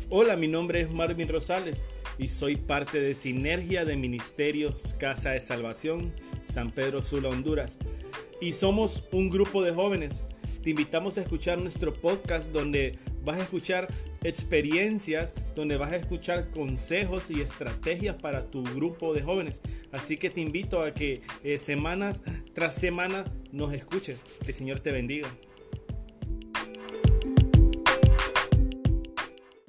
Hola, mi nombre es Marvin Rosales y soy parte de Sinergia de Ministerios Casa de Salvación, San Pedro Sula, Honduras. Y somos un grupo de jóvenes. Te invitamos a escuchar nuestro podcast donde vas a escuchar experiencias, donde vas a escuchar consejos y estrategias para tu grupo de jóvenes. Así que te invito a que semanas tras semana nos escuches. Que el Señor te bendiga.